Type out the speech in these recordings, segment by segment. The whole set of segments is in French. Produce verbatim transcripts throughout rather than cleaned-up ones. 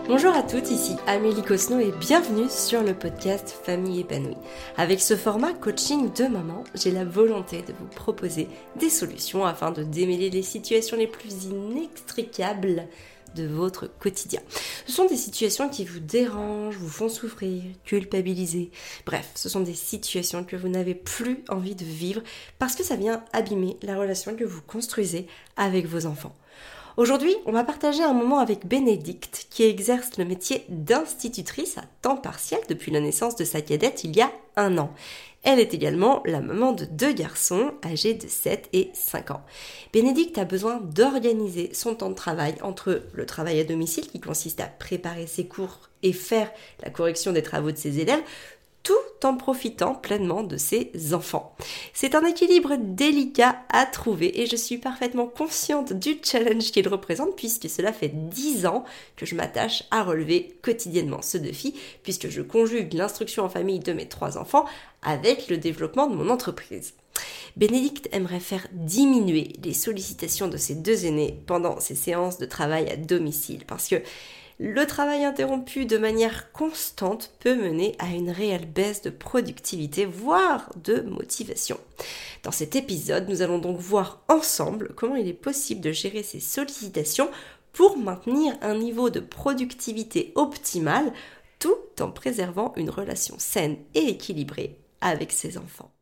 Bonjour à toutes, ici Amélie Cosno et bienvenue sur le podcast Famille épanouie. Avec ce format coaching de maman, j'ai la volonté de vous proposer des solutions afin de démêler les situations les plus inextricables de votre quotidien. Ce sont des situations qui vous dérangent, vous font souffrir, culpabiliser. Bref, ce sont des situations que vous n'avez plus envie de vivre parce que ça vient abîmer la relation que vous construisez avec vos enfants. Aujourd'hui, on va partager un moment avec Bénédicte qui exerce le métier d'institutrice à temps partiel depuis la naissance de sa cadette il y a un an. Elle est également la maman de deux garçons âgés de sept et cinq ans. Bénédicte a besoin d'organiser son temps de travail entre le travail à domicile qui consiste à préparer ses cours et faire la correction des travaux de ses élèves, tout en profitant pleinement de ses enfants. C'est un équilibre délicat à trouver et je suis parfaitement consciente du challenge qu'il représente puisque cela fait dix ans que je m'attache à relever quotidiennement ce défi puisque je conjugue l'instruction en famille de mes trois enfants avec le développement de mon entreprise. Bénédicte aimerait faire diminuer les sollicitations de ses deux aînés pendant ses séances de travail à domicile parce que le travail interrompu de manière constante peut mener à une réelle baisse de productivité, voire de motivation. Dans cet épisode, nous allons donc voir ensemble comment il est possible de gérer ces sollicitations pour maintenir un niveau de productivité optimal tout en préservant une relation saine et équilibrée avec ses enfants.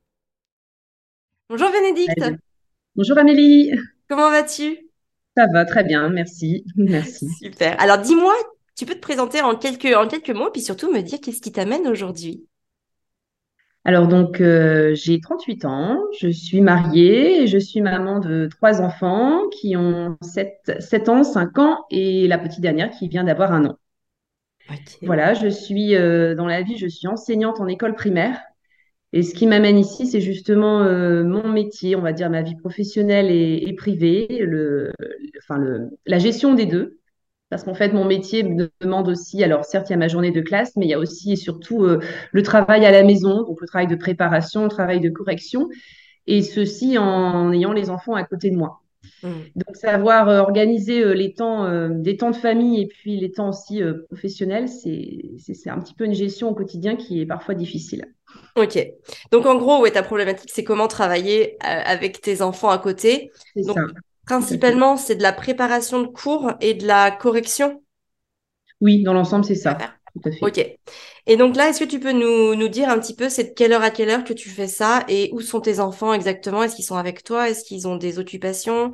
Bonjour Bénédicte. Allez. Bonjour Amélie, Comment vas-tu? ça va très bien, merci, merci. Super. Alors dis-moi, tu peux te présenter en quelques, en quelques mots, puis surtout me dire qu'est-ce qui t'amène aujourd'hui? Alors donc euh, j'ai trente-huit ans, je suis mariée et je suis maman de trois enfants qui ont sept, sept ans, cinq ans et la petite dernière qui vient d'avoir un an. Ok. Voilà, je suis euh, dans la vie, je suis enseignante en école primaire et ce qui m'amène ici, c'est justement euh, mon métier, on va dire ma vie professionnelle et, et privée, le, enfin le, la gestion des deux. Parce qu'en fait, mon métier me demande aussi, alors certes, il y a ma journée de classe, mais il y a aussi et surtout euh, le travail à la maison, donc le travail de préparation, le travail de correction, et ceci en ayant les enfants à côté de moi. Hmm. Donc, savoir euh, organiser euh, les temps, euh, des temps de famille et puis les temps aussi euh, professionnels, c'est, c'est, c'est un petit peu une gestion au quotidien qui est parfois difficile. Ok. Donc en gros, ouais, ta problématique, c'est comment travailler euh, avec tes enfants à côté. C'est Donc ça, tout à fait. principalement, c'est de la préparation de cours et de la correction Oui, dans l'ensemble, c'est que tu vas ça, faire. tout à fait. Ok. Et donc là, est-ce que tu peux nous, nous dire un petit peu, c'est de quelle heure à quelle heure que tu fais ça et où sont tes enfants exactement? Est-ce qu'ils sont avec toi? Est-ce qu'ils ont des occupations?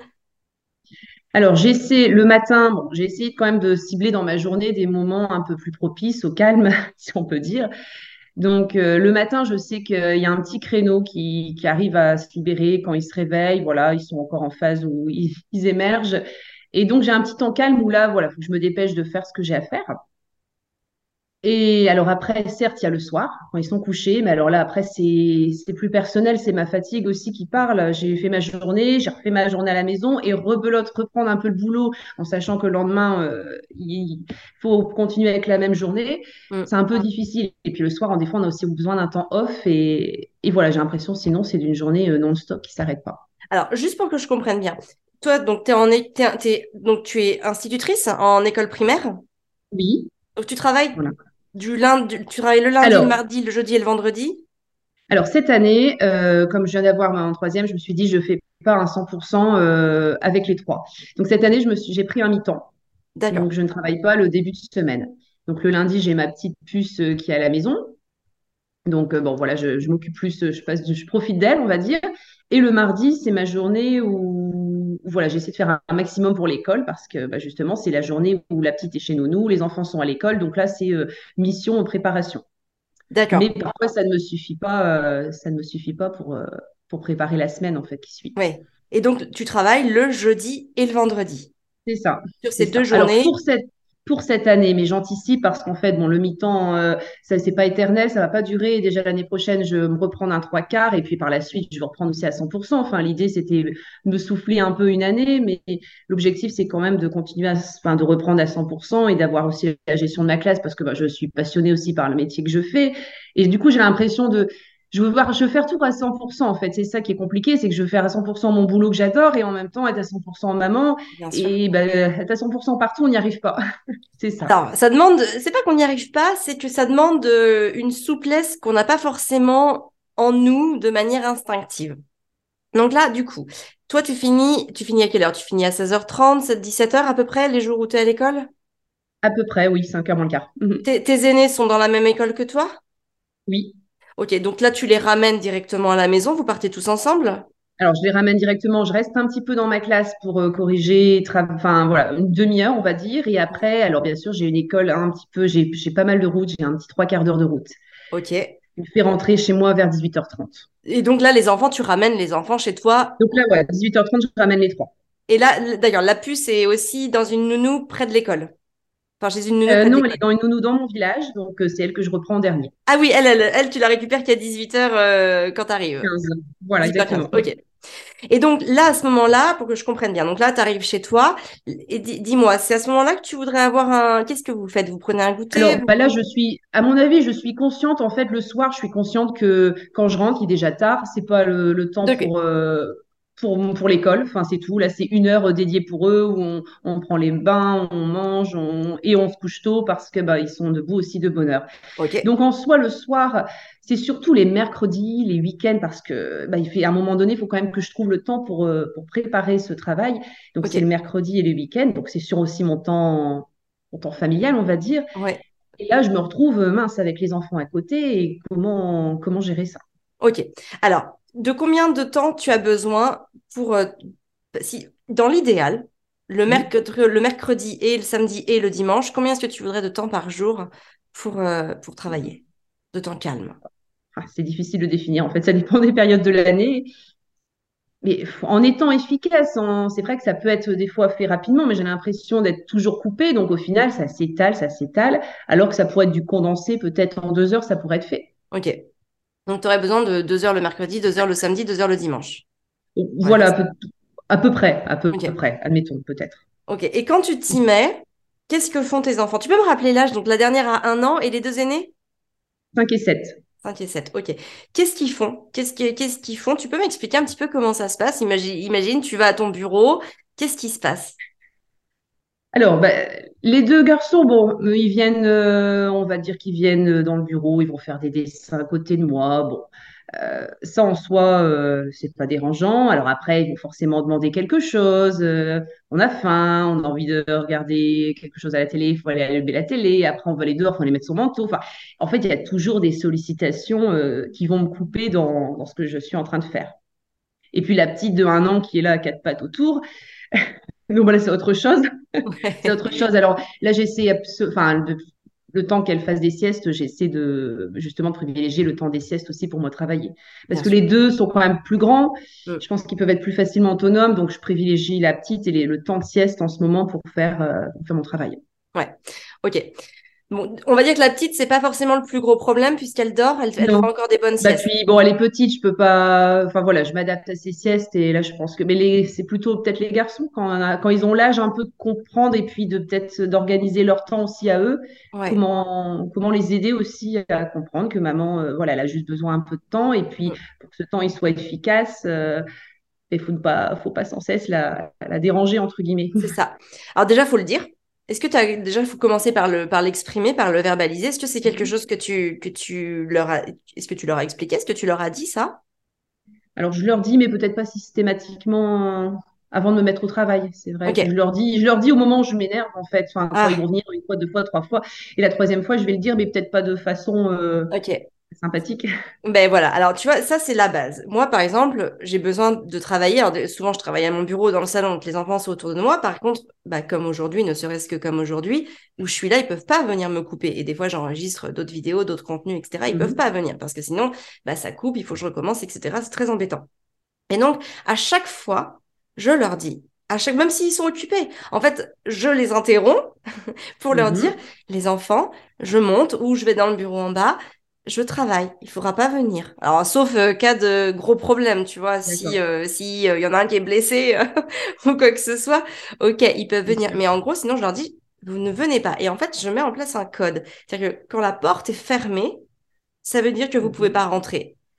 Alors, j'essaie le matin, bon, j'ai essayé quand même de cibler dans ma journée des moments un peu plus propices au calme, si on peut dire. Donc, euh, le matin, je sais qu'il y a un petit créneau qui, qui arrive à se libérer quand ils se réveillent. Voilà, ils sont encore en phase où ils, ils émergent. Et donc, j'ai un petit temps calme où là, voilà, faut que je me dépêche de faire ce que j'ai à faire. Et alors après, certes, il y a le soir, quand ils sont couchés, mais alors là, après, c'est c'est plus personnel, c'est ma fatigue aussi qui parle. J'ai fait ma journée, j'ai refait ma journée à la maison et rebelote, reprendre un peu le boulot en sachant que le lendemain, euh, il faut continuer avec la même journée. Hmm. C'est un peu difficile. Et puis le soir, en des fois, on a aussi besoin d'un temps off et, et voilà, j'ai l'impression, sinon, c'est d'une journée euh, non-stop qui s'arrête pas. Alors, juste pour que je comprenne bien, toi, donc, t'es en, é- t'es- t'es- donc tu es institutrice en école primaire. Oui, Donc tu travailles voilà. du lundi, tu travailles le lundi, le Alors, mardi, le jeudi et le vendredi? Alors cette année, euh, comme je viens d'avoir ma en troisième, je me suis dit je fais pas un cent pour cent euh, avec les trois. Donc cette année, je me suis, j'ai pris un mi-temps. D'accord. Donc je ne travaille pas le début de semaine. Donc le lundi, j'ai ma petite puce euh, qui est à la maison. Donc euh, bon voilà, je, je m'occupe plus, euh, je passe, je profite d'elle, on va dire. Et le mardi, c'est ma journée où, où, voilà, j'essaie de faire un, un maximum pour l'école parce que bah, justement, c'est la journée où la petite est chez nous, les enfants sont à l'école. Donc là, c'est euh, mission en préparation. Mais D'accord. parfois, ça ne me suffit pas, euh, ça ne me suffit pas pour, euh, pour préparer la semaine en fait qui suit. Oui. Et donc tu travailles le jeudi et le vendredi. C'est ça, Sur c'est ces deux ça. Alors journées. pour cette pour cette année, mais j'anticipe parce qu'en fait, bon, le mi-temps, euh, ça c'est pas éternel, ça va pas durer. Déjà l'année prochaine, je vais me reprendre un trois quarts et puis par la suite, je vais reprendre aussi à cent pour cent. Enfin, l'idée c'était me souffler un peu une année, mais l'objectif c'est quand même de continuer à, enfin, de reprendre à cent pour cent et d'avoir aussi la gestion de ma classe parce que bah, je suis passionnée aussi par le métier que je fais. Et du coup, j'ai l'impression de je veux voir, je veux faire tout à cent pour cent en fait. C'est ça qui est compliqué, c'est que je veux faire à cent pour cent mon boulot que j'adore et en même temps être à cent pour cent maman. Bien sûr. Et ben, être à cent pour cent partout, on n'y arrive pas. C'est ça. Alors, ça demande, c'est pas qu'on n'y arrive pas, c'est que ça demande euh, une souplesse qu'on n'a pas forcément en nous de manière instinctive. Donc là, du coup, toi, tu finis, tu finis à quelle heure? Tu finis à seize heures trente, dix-sept heures à peu près, les jours où tu es à l'école? À peu près, oui, cinq heures moins le quart. Mhm. Tes, tes aînés sont dans la même école que toi? Oui. Ok, donc là, tu les ramènes directement à la maison, vous partez tous ensemble? Alors, je les ramène directement. Je reste un petit peu dans ma classe pour euh, corriger, tra- enfin voilà, une demi-heure, on va dire. Et après, alors bien sûr, j'ai une école un petit peu, j'ai j'ai pas mal de route, j'ai un petit trois quarts d'heure de route. Ok. Je me fais rentrer chez moi vers dix-huit heures trente. Et donc là, les enfants, tu ramènes les enfants chez toi. Donc là, voilà, dix-huit heures trente, je ramène les trois. Et là, l- d'ailleurs, la puce est aussi dans une nounou près de l'école. Enfin, chez une nounou Euh, près de non, elle est l'école. dans une nounou dans mon village, donc euh, c'est elle que je reprends en dernier. Ah oui, elle, elle, elle, tu la récupères qu'à dix-huit heures euh, quand tu arrives. quinze. Voilà, dix-huit heures quinze, exactement. ok. Et donc là, à ce moment-là, pour que je comprenne bien, donc là, tu arrives chez toi, et di- dis-moi, c'est à ce moment-là que tu voudrais avoir un... Qu'est-ce que vous faites? Vous prenez un goûter? Alors, vous- bah là, je suis, à mon avis, je suis consciente, en fait, le soir, je suis consciente que quand je rentre, il est déjà tard, c'est pas le, le temps Ok, pour, euh, pour, pour l'école, enfin, c'est tout. Là, c'est une heure dédiée pour eux où on, on prend les bains, on mange, on, et on se couche tôt parce que, bah, ils sont debout aussi de bonne heure. ok, Donc, en soi, le soir, c'est surtout les mercredis, les week-ends, parce que, bah, il fait, à un moment donné, il faut quand même que je trouve le temps pour, euh, pour préparer ce travail. Donc, ok, c'est le mercredi et les week-ends. Donc, c'est sur aussi mon temps, mon temps familial, on va dire. ouais, Et là, je me retrouve euh, mince avec les enfants à côté et comment, comment gérer ça? ok. Alors, de combien de temps tu as besoin pour... euh, si, dans l'idéal, le Oui. mercredi, le mercredi et le samedi et le dimanche, combien est-ce que tu voudrais de temps par jour pour, euh, pour travailler? De temps calme. Ah, c'est difficile de définir. En fait, ça dépend des périodes de l'année. Mais f- en étant efficace, en- c'est vrai que ça peut être des fois fait rapidement, mais j'ai l'impression d'être toujours coupé. Donc au final, ça s'étale, ça s'étale, alors que ça pourrait être du condensé, peut-être en deux heures, ça pourrait être fait. Ok. Donc, tu aurais besoin de deux heures le mercredi, deux heures le samedi, deux heures le dimanche. Donc, On va dire voilà, à ça. peu, à peu près, à peu Ok. près, admettons, peut-être. Ok. Et quand tu t'y mets, qu'est-ce que font tes enfants? Tu peux me rappeler l'âge? Donc, la dernière a un an et les deux aînés? Cinq et sept. Cinq et sept. Ok. Qu'est-ce qu'ils font? Qu'est-ce que- qu'est-ce qu'ils font? Tu peux m'expliquer un petit peu comment ça se passe? Imagine, imagine, tu vas à ton bureau. Qu'est-ce qui se passe? Alors, bah, les deux garçons, bon, eux, ils viennent, euh, on va dire qu'ils viennent euh, dans le bureau, ils vont faire des dessins à côté de moi. Bon, euh, ça en soi, euh, c'est pas dérangeant. Alors après, ils vont forcément demander quelque chose. Euh, on a faim, on a envie de regarder quelque chose à la télé, il faut aller allumer la télé. Après, on va aller dehors, il faut aller mettre son manteau. Enfin, en fait, il y a toujours des sollicitations, euh, qui vont me couper dans, dans ce que je suis en train de faire. Et puis la petite de un an qui est là à quatre pattes autour. Donc voilà, c'est autre chose. C'est autre chose. Alors là, j'essaie, abso- enfin, de- le temps qu'elle fasse des siestes, j'essaie de justement de privilégier le temps des siestes aussi pour moi travailler. Parce Bien que sûr. les deux sont quand même plus grands. Mm. Je pense qu'ils peuvent être plus facilement autonomes. Donc, je privilégie la petite et les- le temps de sieste en ce moment pour faire, euh, pour faire mon travail. Ouais. Ok. Bon, on va dire que la petite, c'est pas forcément le plus gros problème puisqu'elle dort, elle, elle fait Non. encore des bonnes Bah siestes. puis bon, elle est petite, je peux pas. Enfin voilà, je m'adapte à ses siestes et là je pense que. Mais les... c'est plutôt peut-être les garçons quand, on a- quand ils ont l'âge un peu de comprendre et puis de peut-être d'organiser leur temps aussi à eux. Ouais. Comment comment les aider aussi à comprendre que maman, euh, voilà, elle a juste besoin un peu de temps et puis Mm. pour que ce temps il soit efficace, euh, il faut pas faut pas sans cesse la, la déranger entre guillemets. C'est ça. Alors déjà, faut le dire. Est-ce que tu as déjà, il faut commencer par le par l'exprimer, par le verbaliser. Est-ce que c'est quelque chose que tu que tu leur as, est-ce que tu leur as expliqué? Est-ce que tu leur as dit ça? Alors, je leur dis, mais peut-être pas systématiquement euh, avant de me mettre au travail. C'est vrai que je Ok. leur dis, je leur dis au moment où je m'énerve, en fait. Enfin, quand ils Ah, vont venir une fois, deux fois, trois fois. Et la troisième fois, je vais le dire, mais peut-être pas de façon euh, ok. sympathique. Ben voilà, alors tu vois, ça c'est la base. Moi, par exemple, j'ai besoin de travailler. Alors, de- souvent, je travaille à mon bureau dans le salon, donc les enfants sont autour de moi. Par contre, bah, comme aujourd'hui, ne serait-ce que comme aujourd'hui, où je suis là, ils peuvent pas venir me couper. Et des fois, j'enregistre d'autres vidéos, d'autres contenus, et cetera. Ils peuvent Mhm. pas venir parce que sinon, bah, ça coupe, il faut que je recommence, et cetera. C'est très embêtant. Et donc, à chaque fois, je leur dis, à chaque, même s'ils sont occupés, en fait, je les interromps pour leur dire, Mhm. les enfants, je monte ou je vais dans le bureau en bas, je travaille, il faudra pas venir. Alors, sauf euh, cas de gros problème, tu vois, si D'accord, euh, si euh, y en a un qui est blessé euh, ou quoi que ce soit, ok, ils peuvent bien venir. sûr. Mais en gros, sinon, je leur dis, vous ne venez pas. Et en fait, je mets en place un code. C'est-à-dire que quand la porte est fermée, ça veut dire que vous pouvez Mhm. pas rentrer.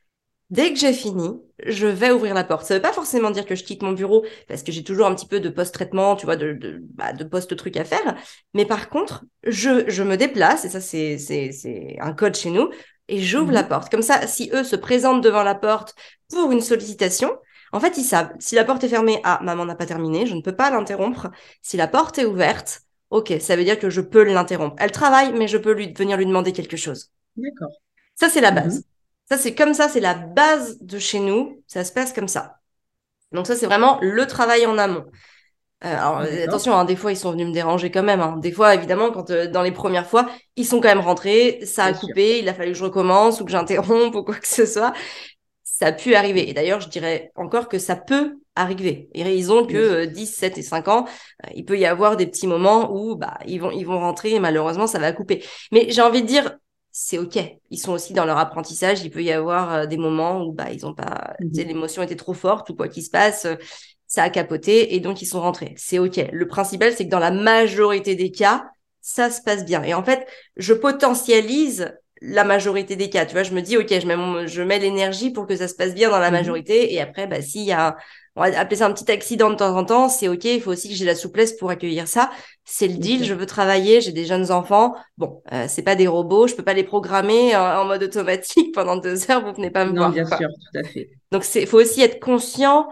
Dès que j'ai fini, je vais ouvrir la porte. Ça veut pas forcément dire que je quitte mon bureau parce que j'ai toujours un petit peu de post-traitement, tu vois, de, de, bah, de post-trucs à faire. Mais par contre, je, je me déplace, et ça, c'est, c'est, c'est un code chez nous, et j'ouvre la Mhm. porte. Comme ça, si eux se présentent devant la porte pour une sollicitation, en fait, ils savent. Si la porte est fermée, ah, maman n'a pas terminé, je ne peux pas l'interrompre. Si la porte est ouverte, ok, ça veut dire que je peux l'interrompre. Elle travaille, mais je peux lui, venir lui demander quelque chose. D'accord. Ça, c'est la Mhm. base. Ça, c'est comme ça, c'est la base de chez nous. Ça se passe comme ça. Donc ça, c'est vraiment le travail en amont. Euh, alors, euh, D'accord. attention, hein, des fois, ils sont venus me déranger quand même. Hein. Des fois, évidemment, quand euh, dans les premières fois, ils sont quand même rentrés, ça a Bien sûr. coupé, il a fallu que je recommence ou que j'interrompe ou quoi que ce soit. Ça a pu arriver. Et d'ailleurs, je dirais encore que ça peut arriver. Et ils ont que Bien sûr. euh, dix, sept et cinq ans. Euh, il peut y avoir des petits moments où bah, ils vont, ils vont rentrer et malheureusement, ça va couper. Mais j'ai envie de dire, c'est OK. Ils sont aussi dans leur apprentissage. Il peut y avoir euh, des moments où bah, ils ont pas, tu sais, Mhm. l'émotion était trop forte ou quoi qu'il se passe. euh, ça a capoté et donc ils sont rentrés. C'est OK. Le principal, c'est que dans la majorité des cas, ça se passe bien. Et en fait, je potentialise la majorité des cas. Tu vois, je me dis, OK, je mets, mon- je mets l'énergie pour que ça se passe bien dans la Mhm. majorité. Et après, bah, s'il y a, on va appeler ça un petit accident de temps en temps, c'est OK. Il faut aussi que j'ai la souplesse pour accueillir ça. C'est le Bien deal. sûr. Je veux travailler. J'ai des jeunes enfants. Bon, euh, c'est pas des robots. Je peux pas les programmer en, en mode automatique pendant deux heures. Vous venez pas me Non, voir, bien quoi. sûr, tout à fait. Donc, c'est, faut aussi être conscient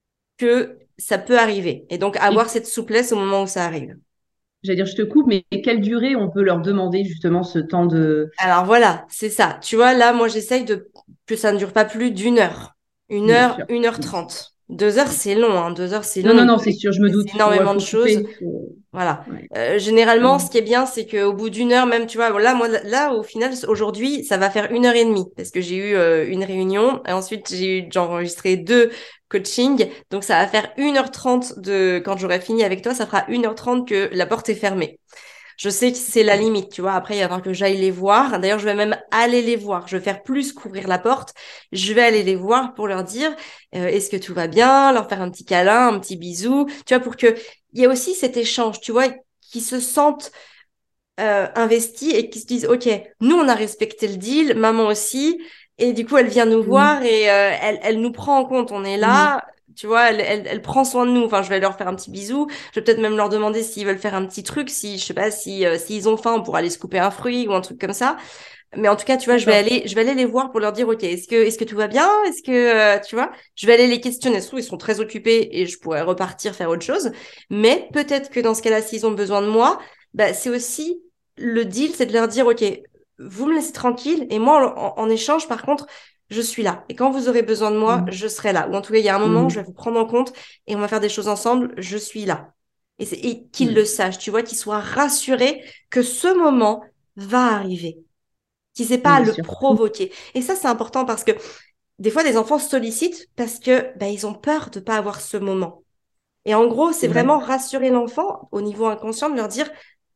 que ça peut arriver. Et donc, avoir Et cette souplesse au moment où ça arrive. j'allais dire, je te coupe, mais quelle durée on peut leur demander justement ce temps de... Alors voilà, c'est ça. Tu vois, là, moi, j'essaye de que ça ne dure pas plus d'une heure. Une Bien heure, sûr. une heure Bien sûr. trente. Deux heures, c'est long, hein. Deux heures, c'est Non, long. non, Il non, peut, c'est il sûr, je peut me se doute. passer Faut, ouais, énormément de faut choses. couper. Faut... Voilà. Ouais. Euh, généralement, ce Hum. qui est bien, c'est qu'au bout d'une heure, même, tu vois, là, moi, là, au final, aujourd'hui, ça va faire une heure et demie parce que j'ai eu euh, une réunion et ensuite, j'ai eu, j'ai enregistré deux coachings. Donc, ça va faire une heure trente de, quand j'aurai fini avec toi, ça fera une heure trente que la porte est fermée. Je sais que c'est la limite, tu vois. Après, il va falloir que j'aille les voir. D'ailleurs, je vais même aller les voir. Je vais faire plus qu'ouvrir la porte. Je vais aller les voir pour leur dire euh, est-ce que tout va bien, leur faire un petit câlin, un petit bisou, tu vois, pour que il y a aussi cet échange, tu vois, qu'ils se sentent euh, investis et qu'ils se disent ok, nous on a respecté le deal, maman aussi, et du coup elle vient nous Mhm. voir et euh, elle, elle nous prend en compte. On est Mhm. là. Tu vois, elle, elle, elle prend soin de nous. Enfin, je vais leur faire un petit bisou. Je vais peut-être même leur demander s'ils veulent faire un petit truc. Si, je sais pas, si, euh, s'ils ont faim, on pourra aller se couper un fruit ou un truc comme ça. Mais en tout cas, tu vois, je vais D'accord. aller, je vais aller les voir pour leur dire, OK, est-ce que, est-ce que tout va bien? Est-ce que, euh, tu vois, je vais aller les questionner. Ça se trouve, ils sont très occupés et je pourrais repartir faire autre chose. Mais peut-être que dans ce cas-là, s'ils ont besoin de moi, bah, c'est aussi le deal, c'est de leur dire, OK, vous me laissez tranquille et moi, en, en échange, par contre, je suis là. Et quand vous aurez besoin de moi, Mhm. je serai là. Ou en tout cas, il y a un moment, je Mhm. vais vous prendre en compte et on va faire des choses ensemble. Je suis là. Et, c'est- et qu'ils le Mhm. sachent, tu vois, qu'ils soient rassurés que ce moment va arriver, qu'ils aient pas à Bien le sûr. Mhm. provoquer. Et ça, c'est important parce que des fois, des enfants sollicitent parce que ben, ils ont peur de pas avoir ce moment. Et en gros, c'est C'est vrai. vraiment rassurer l'enfant au niveau inconscient de leur dire,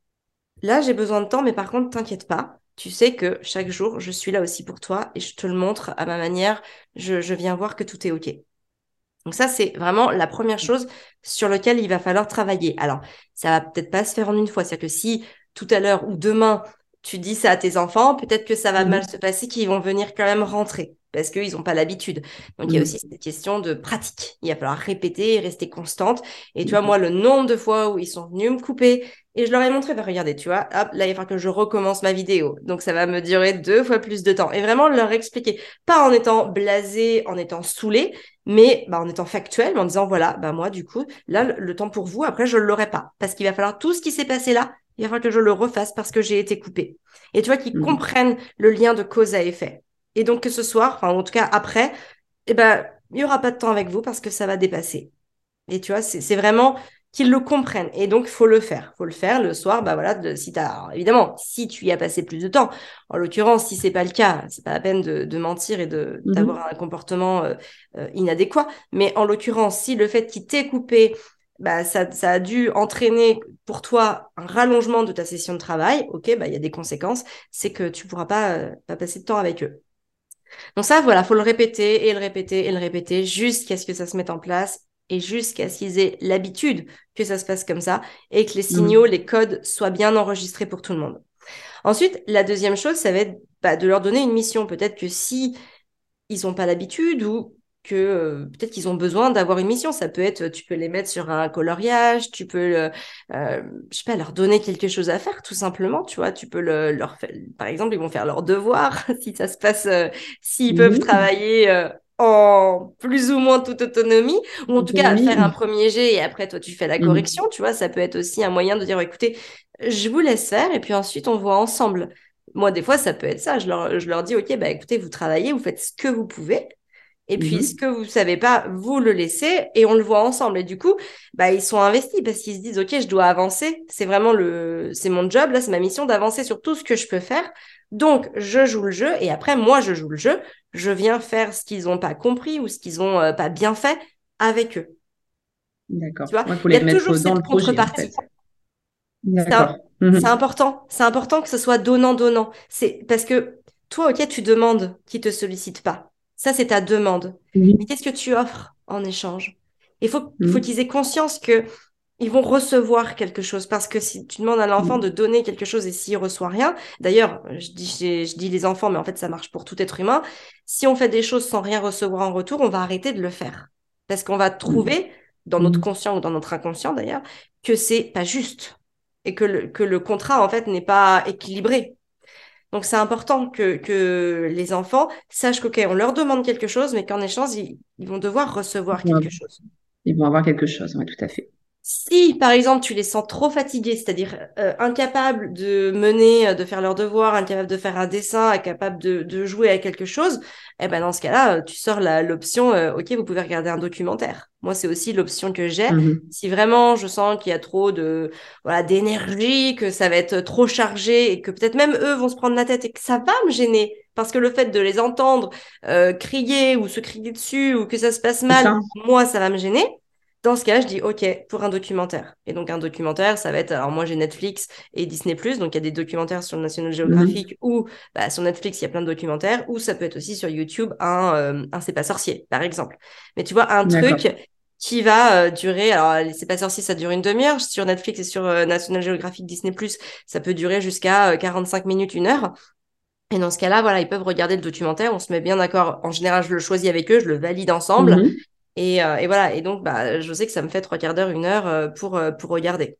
là, j'ai besoin de temps, mais par contre, t'inquiète pas. Tu sais que chaque jour, je suis là aussi pour toi et je te le montre à ma manière. Je, je viens voir que tout est OK. Donc ça, c'est vraiment la première chose sur laquelle il va falloir travailler. Alors, ça va peut-être pas se faire en une fois. C'est-à-dire que si tout à l'heure ou demain, tu dis ça à tes enfants, peut-être que ça va mal Mhm. se passer, qu'ils vont venir quand même rentrer parce qu'ils n'ont pas l'habitude. Donc, il y a aussi Mhm. cette question de pratique. Il va falloir répéter et rester constante. Et tu vois, Mhm. moi, le nombre de fois où ils sont venus me couper et je leur ai montré, bah, regardez, tu vois, hop, là, il va falloir que je recommence ma vidéo. Donc, ça va me durer deux fois plus de temps. Et vraiment leur expliquer, pas en étant blasé, en étant saoulé, mais bah, en étant factuel, en disant voilà, bah moi du coup, là le, le temps pour vous, après je ne l'aurai pas, parce qu'il va falloir tout ce qui s'est passé là, il va falloir que je le refasse parce que j'ai été coupée. Et tu vois qu'ils Mhm. comprennent le lien de cause à effet. Et donc que ce soir, enfin en tout cas après, eh ben il y aura pas de temps avec vous parce que ça va dépasser. Et tu vois, c'est c'est vraiment qu'ils le comprennent. Et donc, il faut le faire. Il faut le faire le soir, bah voilà, de, si t'as, alors, évidemment, si tu y as passé plus de temps. En l'occurrence, si c'est pas le cas, c'est pas la peine de, de mentir et de Mhm. d'avoir un comportement euh, euh, inadéquat. Mais en l'occurrence, si le fait qu'il t'ait coupé, bah, ça, ça a dû entraîner pour toi un rallongement de ta session de travail, ok, bah, il y a des conséquences, c'est que tu pourras pas, euh, pas passer de temps avec eux. Donc ça, voilà, faut le répéter et le répéter et le répéter jusqu'à ce que ça se mette en place et jusqu'à ce qu'ils aient l'habitude que ça se passe comme ça et que les signaux, Mhm. les codes soient bien enregistrés pour tout le monde. Ensuite, la deuxième chose, ça va être bah, de leur donner une mission. Peut-être que si ils ont pas l'habitude ou que euh, peut-être qu'ils ont besoin d'avoir une mission. Ça peut être, tu peux les mettre sur un coloriage, tu peux, le- euh, je sais pas, leur donner quelque chose à faire, tout simplement, tu vois. Tu peux le- leur faire, par exemple, ils vont faire leurs devoirs, si ça se passe, euh, s'ils peuvent Mhm. travailler euh, en plus ou moins toute autonomie, ou en tout cas faire un Autonomie. premier jet et après, toi, tu fais la Mhm. correction, tu vois. Ça peut être aussi un moyen de dire, écoutez, je vous laisse faire et puis ensuite, on voit ensemble. Moi, des fois, ça peut être ça. Je leur, je leur dis, OK, bah, écoutez, vous travaillez, vous faites ce que vous pouvez. Et puis, ce Mhm. que vous savez pas, vous le laissez et on le voit ensemble. Et du coup, bah, ils sont investis parce qu'ils se disent, OK, je dois avancer. C'est vraiment le, c'est mon job. Là, c'est ma mission d'avancer sur tout ce que je peux faire. Donc, je joue le jeu et après, moi, je joue le jeu. Je viens faire ce qu'ils ont pas compris ou ce qu'ils ont euh, pas bien fait avec eux. D'accord. Tu vois, Il faut il y les a mettre toujours dans cette le projet, en fait. contrepartie. C'est un- D'accord. c'est Mhm. important. C'est important que ce soit donnant-donnant. C'est parce que toi, ok, tu demandes qu'ils te sollicitent pas. Ça, c'est ta demande. Mais Mhm. qu'est-ce que tu offres en échange? Il faut, faut Mhm. qu'ils aient conscience que ils vont recevoir quelque chose. Parce que si tu demandes à l'enfant de Mhm. donner quelque chose et s'il reçoit rien, d'ailleurs, je dis, je, je dis les enfants, mais en fait, ça marche pour tout être humain. Si on fait des choses sans rien recevoir en retour, on va arrêter de le faire. Parce qu'on va trouver, dans notre Mhm. conscient ou dans notre inconscient d'ailleurs, que c'est pas juste et que le, que le contrat, en fait, n'est pas équilibré. Donc, c'est important que, que les enfants sachent qu'OK, on leur demande quelque chose, mais qu'en échange, ils, ils vont devoir Ils recevoir vont quelque avoir, chose. ils vont avoir quelque chose, oui, tout à fait. Si, par exemple, tu les sens trop fatigués, c'est-à-dire euh, incapables de mener, euh, de faire leurs devoirs, incapables de faire un dessin, incapables de, de jouer à quelque chose, eh ben dans ce cas-là, euh, tu sors la- l'option, euh, OK, vous pouvez regarder un documentaire. Moi, c'est aussi l'option que j'ai. Mhm. Si vraiment je sens qu'il y a trop de, voilà, d'énergie, que ça va être trop chargé et que peut-être même eux vont se prendre la tête et que ça va me gêner. Parce que le fait de les entendre euh, crier ou se crier dessus ou que ça se passe C'est mal, ça. moi, ça va me gêner. Dans ce cas, je dis OK pour un documentaire. Et donc, un documentaire, ça va être. Alors, moi, j'ai Netflix et Disney+, donc il y a des documentaires sur le National Mhm. Geographic ou bah, sur Netflix, il y a plein de documentaires, ou ça peut être aussi sur YouTube un, euh, un C'est pas sorcier, par exemple. Mais tu vois, un D'accord. truc qui va euh, durer. Alors, les C'est pas sorcier, ça dure une demi-heure. Sur Netflix et sur euh, National Geographic, Disney+, ça peut durer jusqu'à euh, quarante-cinq minutes, une heure. Et dans ce cas-là, voilà, ils peuvent regarder le documentaire. On se met bien d'accord. En général, je le choisis avec eux, je le valide ensemble. Mhm. Et, euh, et voilà, et donc bah, je sais que ça me fait trois quarts d'heure, une heure euh, pour, euh, pour regarder.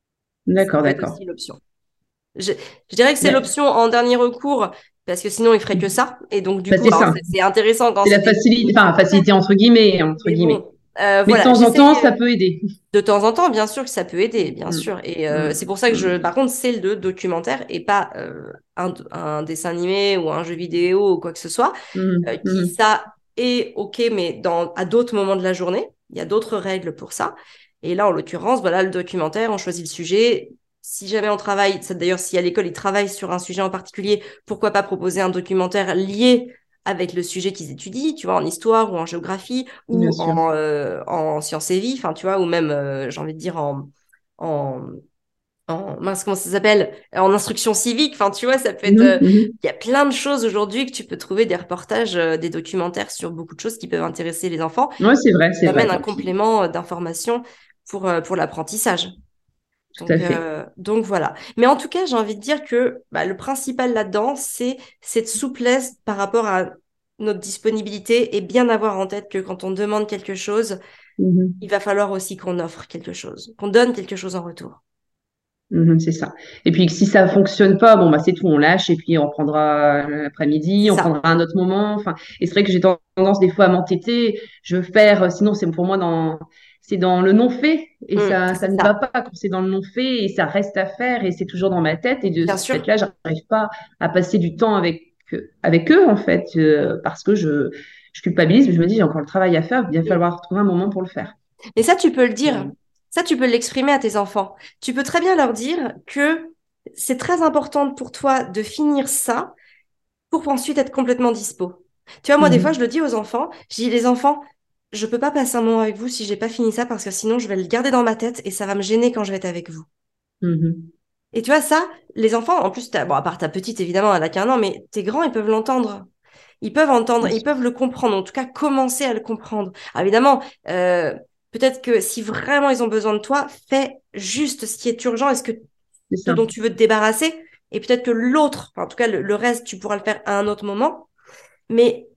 Ça D'accord, peut être d'accord. aussi l'option. Je, je dirais que c'est Mais, l'option en dernier recours, parce que sinon il ferait que ça. Et donc du bah, coup, c'est alors ça. c'est c'est intéressant quand C'est c'est la des facilité, enfin, documentaires, facilité entre guillemets, entre mais guillemets. bon, euh, Mais de voilà, temps en j'essaye temps, ça peut aider. de temps en temps, bien sûr que ça peut aider, bien Mhm. sûr. Et euh, c'est Mhm. pour ça que je, Mhm. par contre, c'est le documentaire et pas euh, un, un dessin animé ou un jeu vidéo ou quoi que ce soit, euh, Mhm. qui Mhm. ça est OK, mais dans, à d'autres moments de la journée. Il y a d'autres règles pour ça. Et là, en l'occurrence, voilà, le documentaire, on choisit le sujet. Si jamais on travaille, ça, d'ailleurs, si à l'école, ils travaillent sur un sujet en particulier, pourquoi pas proposer un documentaire lié avec le sujet qu'ils étudient, tu vois, en histoire ou en géographie Bien ou sûr. en, euh, en sciences et vie, enfin, tu vois, ou même, euh, j'ai envie de dire, en, en, en mince, comment ça s'appelle? En instruction civique, enfin, tu vois, ça peut être. Mhm. euh, Mhm. Il y a plein de choses aujourd'hui que tu peux trouver des reportages, euh, des documentaires sur beaucoup de choses qui peuvent intéresser les enfants. Ouais, c'est vrai, c'est Ça vrai. amène un Puis, complément euh, d'information pour, euh, pour l'apprentissage. tout à Donc, fait. euh, donc voilà. Mais en tout cas, j'ai envie de dire que bah, le principal là-dedans, c'est cette souplesse par rapport à notre disponibilité et bien avoir en tête que quand on demande quelque chose, il Mhm. va falloir aussi qu'on offre quelque chose, qu'on donne quelque chose en retour. Mhm, c'est ça. Et puis que si ça fonctionne pas, bon bah c'est tout, on lâche et puis on reprendra C'est l'après-midi, on ça. prendra un autre moment. Enfin, et c'est vrai que j'ai tendance des fois à m'entêter. Je veux faire, euh, sinon c'est pour moi dans, c'est dans le non fait et Mm, ça, ça c'est ne va ça. pas quand c'est dans le non fait et ça reste à faire et c'est toujours dans ma tête et de Bien ce sûr. fait-là, j'arrive pas à passer du temps avec avec eux en fait Mm, euh, parce que je je culpabilise, mais je me dis j'ai encore le travail à faire, il va mm. falloir trouver un moment pour le faire. Et ça, tu peux le dire. Et- Ça, tu peux l'exprimer à tes enfants. Tu peux très bien leur dire que c'est très important pour toi de finir ça pour ensuite être complètement dispo. Tu vois, moi, des fois, je Mhm, le dis aux enfants. Je dis, les enfants, je peux pas passer un moment avec vous si j'ai pas fini ça parce que sinon, je vais le garder dans ma tête et ça va me gêner quand je vais être avec vous. mhm. Et tu vois, ça, les enfants, en plus, t'as- bon, à part ta petite, évidemment, elle a qu'un an, mais tes grands, ils peuvent l'entendre. Ils peuvent entendre, Bien ils sûr. peuvent le comprendre, en tout cas commencer à le comprendre. Alors, évidemment, euh, peut-être que si vraiment ils ont besoin de toi, fais juste ce qui est urgent et ce que, C'est ce ça. dont tu veux te débarrasser. Et peut-être que l'autre, enfin, en tout cas le, le reste, tu pourras le faire à un autre moment. Mais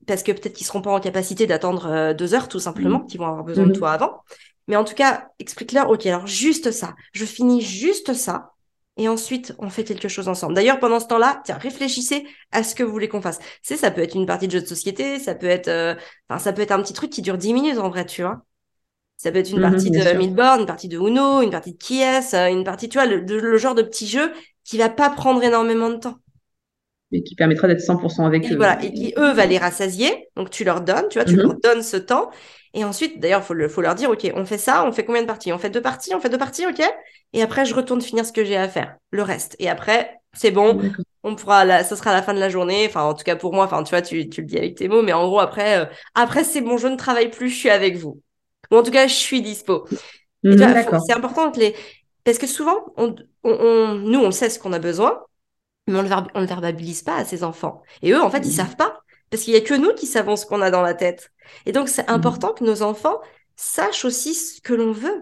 parce que peut-être qu'ils seront pas en capacité d'attendre euh, deux heures, tout simplement, Mhm. qu'ils vont avoir besoin de Mhm. toi avant. Mais en tout cas, explique-leur, ok, alors juste ça, je finis juste ça, et ensuite on fait quelque chose ensemble. D'ailleurs, pendant ce temps-là, tiens, réfléchissez à ce que vous voulez qu'on fasse. Tu sais, ça peut être une partie de jeu de société, ça peut être, euh, enfin, ça peut être un petit truc qui dure dix minutes en vrai, tu vois. Ça peut être une Mhm, partie bien de sûr. Milbourne, une partie de Uno, une partie de Qui est, une partie, tu vois, le, de- le genre de petit jeu qui va pas prendre énormément de temps. Et qui permettra d'être cent pour cent avec Et eux. voilà, et qui, eux, va les rassasier. Donc, tu leur donnes, tu vois, tu leur Mhm. donnes ce temps. Et ensuite, d'ailleurs, il faut, le- faut leur dire, OK, on fait ça, on fait combien de parties? On fait deux parties, on fait deux parties, OK? Et après, je retourne finir ce que j'ai à faire, le reste. Et après, c'est bon, D'accord. on pourra, la, ça sera la fin de la journée. Enfin, en tout cas, pour moi, enfin, tu vois, tu, tu le dis avec tes mots, mais en gros, après, euh, après, c'est bon, je ne travaille plus, je suis avec vous. Ou en tout cas, je suis dispo. Et tu Mhm, vois, faut- d'accord. c'est important que les... Parce que souvent, on, on, on- nous, on sait ce qu'on a besoin, mais on le, verb- on le verbabilise pas à ses enfants. Et eux, en fait, ils Mhm. savent pas. Parce qu'il y a que nous qui savons ce qu'on a dans la tête. Et donc, c'est Mhm. important que nos enfants sachent aussi ce que l'on veut.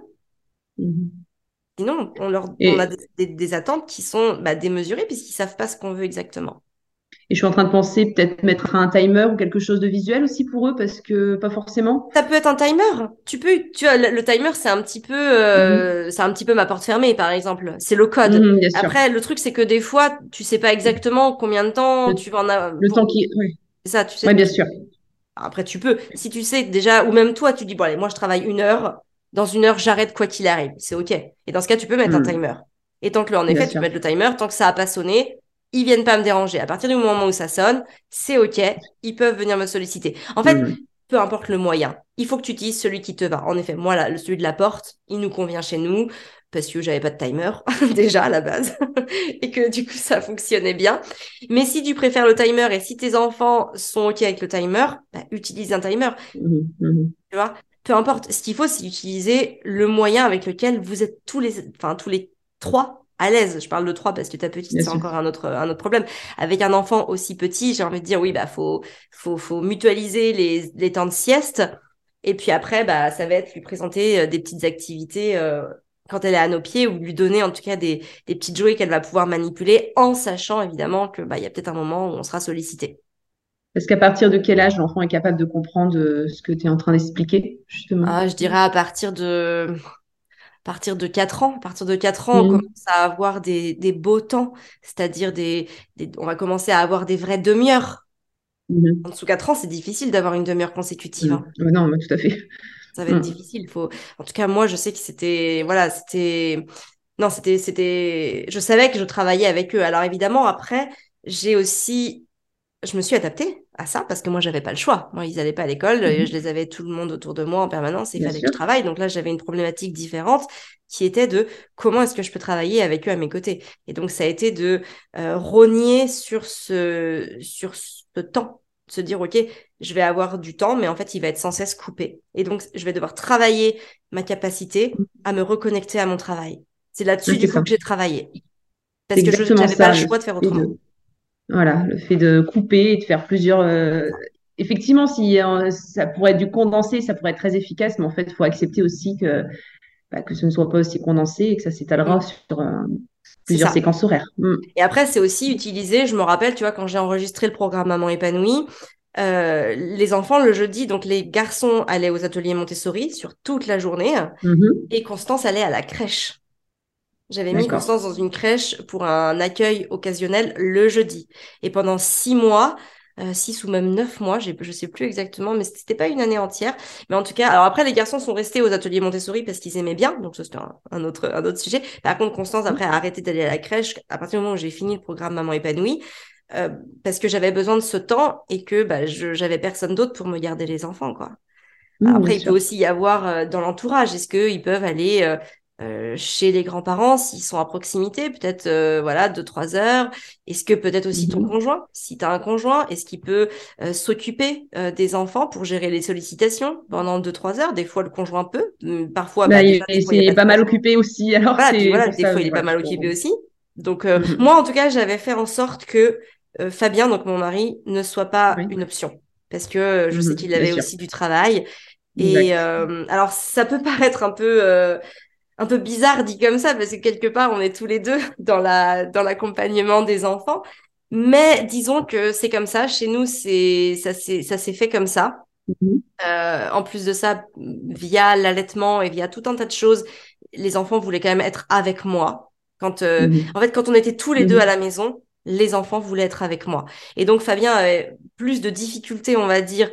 Mhm. Sinon, on, leur, on a Et, des, des- des attentes qui sont bah, démesurées puisqu'ils savent pas ce qu'on veut exactement. et je suis en train de penser peut-être mettre un timer ou quelque chose de visuel aussi pour eux parce que pas forcément. Ça peut être un timer. Tu peux, tu vois, le, le timer, c'est un petit peu, Mhm. euh, c'est un petit peu ma porte fermée, par exemple. C'est le code. Mhm, bien sûr. Après, le truc, c'est que des fois, tu sais pas exactement combien de temps Le, tu vas en avoir. le temps Pour... qui. Oui, C'est ça, tu ouais, sais. bien tu- sûr. Après, tu peux. Si tu sais déjà, ou même toi, tu dis, bon, allez, moi, je travaille une heure. Dans une heure, j'arrête quoi qu'il arrive. C'est OK. Et dans ce cas, tu peux mettre un Mhm, timer. Et tant que là, en bien effet, tu sûr. peux mettre le timer, tant que ça a pas sonné, ils viennent pas me déranger. À partir du moment où ça sonne, c'est OK. Ils peuvent venir me solliciter. En fait, Mhm, peu importe le moyen, il faut que tu utilises celui qui te va. En effet, moi, là, celui de la porte, il nous convient chez nous parce que j'avais pas de timer déjà à la base et que du coup ça fonctionnait bien. Mais si tu préfères le timer et si tes enfants sont OK avec le timer, bah, utilise un timer, mhm, mhm, tu vois. Peu importe, ce qu'il faut, c'est utiliser le moyen avec lequel vous êtes tous les, enfin, tous les trois à l'aise. Je parle de trois parce que ta petite, bien c'est sûr. encore un autre, un autre problème. Avec un enfant aussi petit, j'ai envie de dire, oui, bah, faut, faut, faut mutualiser les, les temps de sieste. Et puis après, bah, ça va être lui présenter euh, des petites activités euh, quand elle est à nos pieds ou lui donner en tout cas des, des petites jouets qu'elle va pouvoir manipuler en sachant évidemment que, bah, il y a peut-être un moment où on sera sollicité. Parce qu'à partir de quel âge l'enfant est capable de comprendre euh, ce que tu es en train d'expliquer, justement? Ah, je dirais à partir de à partir de quatre ans. À partir de quatre ans, on commence Mhm, à avoir des, des beaux temps, c'est-à-dire des, des- on va commencer à avoir des vraies demi-heures. En mhm, dessous de quatre ans, c'est difficile d'avoir une demi-heure consécutive, mhm. hein. Ouais, non, mais tout à fait. Ça va être Mhm, difficile. Faut... En tout cas, moi, je sais que c'était, voilà, c'était, non, c'était, c'était, je savais que je travaillais avec eux. Alors évidemment, après, j'ai aussi je me suis adaptée à ça parce que moi, j'avais pas le choix. Moi, ils allaient pas à l'école, euh, je mhm. les avais tout le monde autour de moi en permanence et il Bien fallait que je sûr. travaille. Donc là, j'avais une problématique différente qui était de comment est-ce que je peux travailler avec eux à mes côtés. Et donc, ça a été de euh, rogner sur ce, sur ce temps, se dire, OK, je vais avoir du temps, mais en fait, il va être sans cesse coupé. Et donc, je vais devoir travailler ma capacité à me reconnecter à mon travail. C'est Ouais, là-dessus, c'est du coup, ça. que j'ai travaillé C'est parce que je exactement n'avais pas le ça, le choix de faire fait autrement. de, voilà, le fait de couper et de faire plusieurs. euh, Effectivement, si euh, ça pourrait être du condensé, ça pourrait être très efficace, mais en fait, il faut accepter aussi que, bah, que ce ne soit pas aussi condensé et que ça s'étalera Mm. sur euh, C'est plusieurs ça. séquences horaires. Mm. Et après, c'est aussi utilisé, je me rappelle, tu vois, quand j'ai enregistré le programme Maman épanouie, euh, les enfants, le jeudi, donc les garçons allaient aux ateliers Montessori sur toute la journée Mhm. et Constance allait à la crèche. J'avais mis D'accord. Constance dans une crèche pour un accueil occasionnel le jeudi. Et pendant six mois, euh, six ou même neuf mois, j'ai- je sais plus exactement, mais c'était pas une année entière. Mais en tout cas, alors après, les garçons sont restés aux ateliers Montessori parce qu'ils aimaient bien, donc ça c'était un, un autre, un autre sujet. Par contre, Constance, après, a arrêté d'aller à la crèche à partir du moment où j'ai fini le programme Maman épanouie, euh, parce que j'avais besoin de ce temps et que bah, je, j'avais personne d'autre pour me garder les enfants, quoi. Mm, bien Après, il peut sûr. aussi y avoir euh, dans l'entourage, est-ce qu'ils peuvent aller euh, euh, chez les grands-parents s'ils sont à proximité, peut-être euh, voilà, deux, trois heures. Est-ce que peut-être aussi ton Mhm. conjoint, si tu as un conjoint, est-ce qu'il peut euh, s'occuper euh, des enfants pour gérer les sollicitations pendant deux, trois heures? Des fois, le conjoint peut. Hum, Parfois, Bah, bah, il, déjà, des il fois, il n'y a s'est pas de pas mal conjoint. occupé aussi, alors Voilà, puis c'est voilà, pour des ça. fois, il est pas Voilà, mal faut- occupé aussi. Donc, euh, Mhm. moi, en tout cas, j'avais fait en sorte que euh, Fabien, donc mon mari, ne soit pas Oui. une option. Parce que euh, je sais Mhm. qu'il Bien avait sûr. aussi du travail. Et Exact. euh, alors, ça peut paraître un peu, euh, un peu bizarre dit comme ça, parce que quelque part, on est tous les deux dans la, dans l'accompagnement des enfants. Mais disons que c'est comme ça. Chez nous, c'est ça s'est ça s'est fait comme ça. Mhm. Euh, en plus de ça, via l'allaitement et via tout un tas de choses, les enfants voulaient quand même être avec moi. Quand, euh, Mhm. en fait, quand on était tous les deux à Mhm. la maison, les enfants voulaient être avec moi. Et donc, Fabien avait plus de difficultés, on va dire,